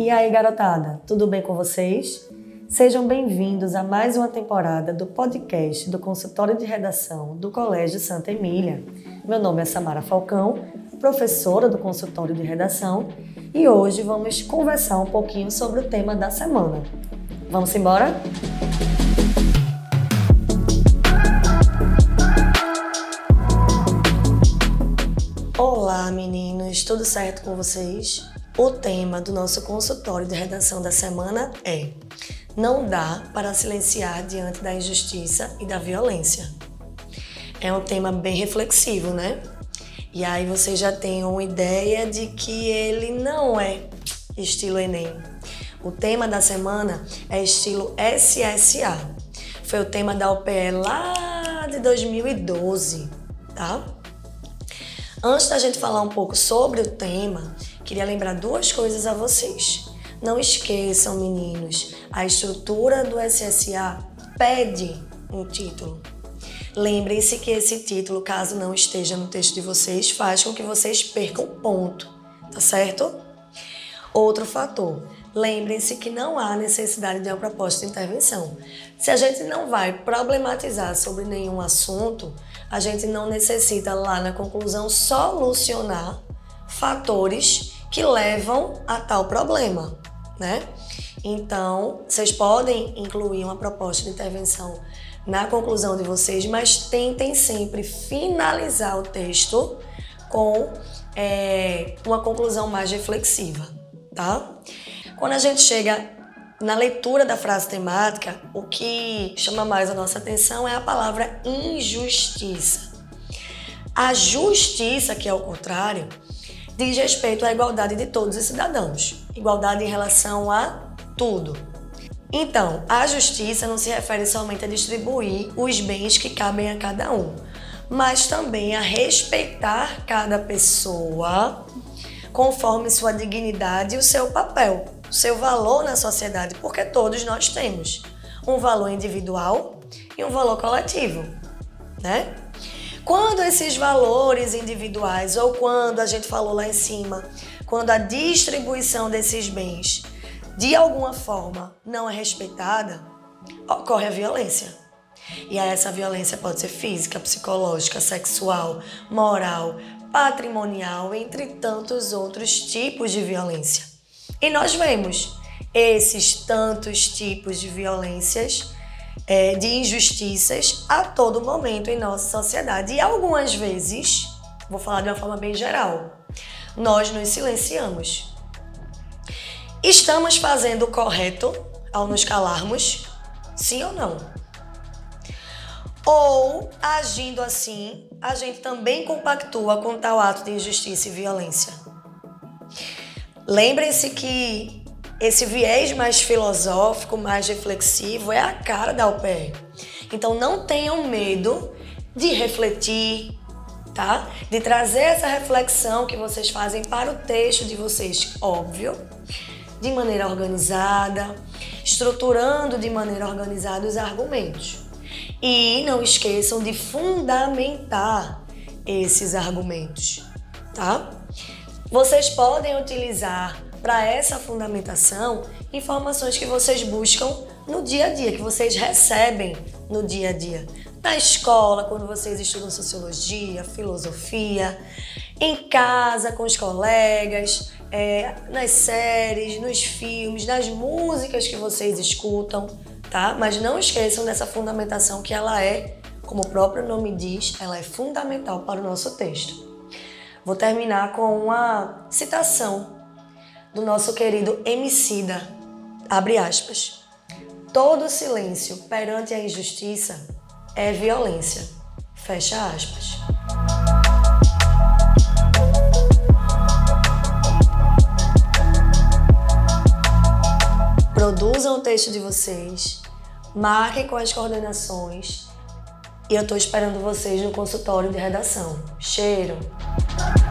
E aí, garotada, tudo bem com vocês? Sejam bem-vindos a mais uma temporada do podcast do Consultório de Redação do Colégio Santa Emília. Meu nome é Samara Falcão, professora do Consultório de Redação, e hoje vamos conversar um pouquinho sobre o tema da semana. Vamos embora? Olá, meninos, tudo certo com vocês? O tema do nosso consultório de redação da semana é: não dá para silenciar diante da injustiça e da violência. É um tema bem reflexivo, né? E aí vocês já têm uma ideia de que ele não é estilo Enem. O tema da semana é estilo SSA. Foi o tema da UPE lá de 2012, tá? Antes da gente falar um pouco sobre o tema, queria lembrar duas coisas a vocês. Não esqueçam, meninos, a estrutura do SSA pede um título. Lembrem-se que esse título, caso não esteja no texto de vocês, faz com que vocês percam ponto, tá certo? Outro fator, lembrem-se que não há necessidade de uma proposta de intervenção. Se a gente não vai problematizar sobre nenhum assunto, a gente não necessita lá na conclusão solucionar fatores que levam a tal problema, né? Então, vocês podem incluir uma proposta de intervenção na conclusão de vocês, mas tentem sempre finalizar o texto com uma conclusão mais reflexiva, tá? Quando a gente chega na leitura da frase temática, o que chama mais a nossa atenção é a palavra injustiça. A justiça, que é o contrário, diz respeito à igualdade de todos os cidadãos. Igualdade em relação a tudo. Então, a justiça não se refere somente a distribuir os bens que cabem a cada um, mas também a respeitar cada pessoa conforme sua dignidade e o seu papel, o seu valor na sociedade, porque todos nós temos um valor individual e um valor coletivo, né? Quando esses valores individuais, ou quando a gente falou lá em cima, quando a distribuição desses bens de alguma forma não é respeitada, ocorre a violência. E aí essa violência pode ser física, psicológica, sexual, moral, patrimonial, entre tantos outros tipos de violência. E nós vemos esses tantos tipos de violências, de injustiças a todo momento em nossa sociedade. E algumas vezes, vou falar de uma forma bem geral, nós nos silenciamos. Estamos fazendo o correto ao nos calarmos? Sim ou não? Ou, agindo assim, a gente também compactua com tal ato de injustiça e violência? Lembrem-se que esse viés mais filosófico, mais reflexivo, é a cara da UPE. Então não tenham medo de refletir, tá? De trazer essa reflexão que vocês fazem para o texto de vocês, óbvio, de maneira organizada, estruturando de maneira organizada os argumentos. E não esqueçam de fundamentar esses argumentos, tá? Vocês podem utilizar para essa fundamentação informações que vocês buscam no dia a dia, que vocês recebem no dia a dia. Na escola, quando vocês estudam sociologia, filosofia, em casa com os colegas, nas séries, nos filmes, nas músicas que vocês escutam, tá? Mas não esqueçam dessa fundamentação que ela é, como o próprio nome diz, ela é fundamental para o nosso texto. Vou terminar com uma citação do nosso querido Emicida, abre aspas: todo silêncio perante a injustiça é violência, fecha aspas. Produzam o texto de vocês, marquem com as coordenações e eu estou esperando vocês no consultório de redação. Cheiro!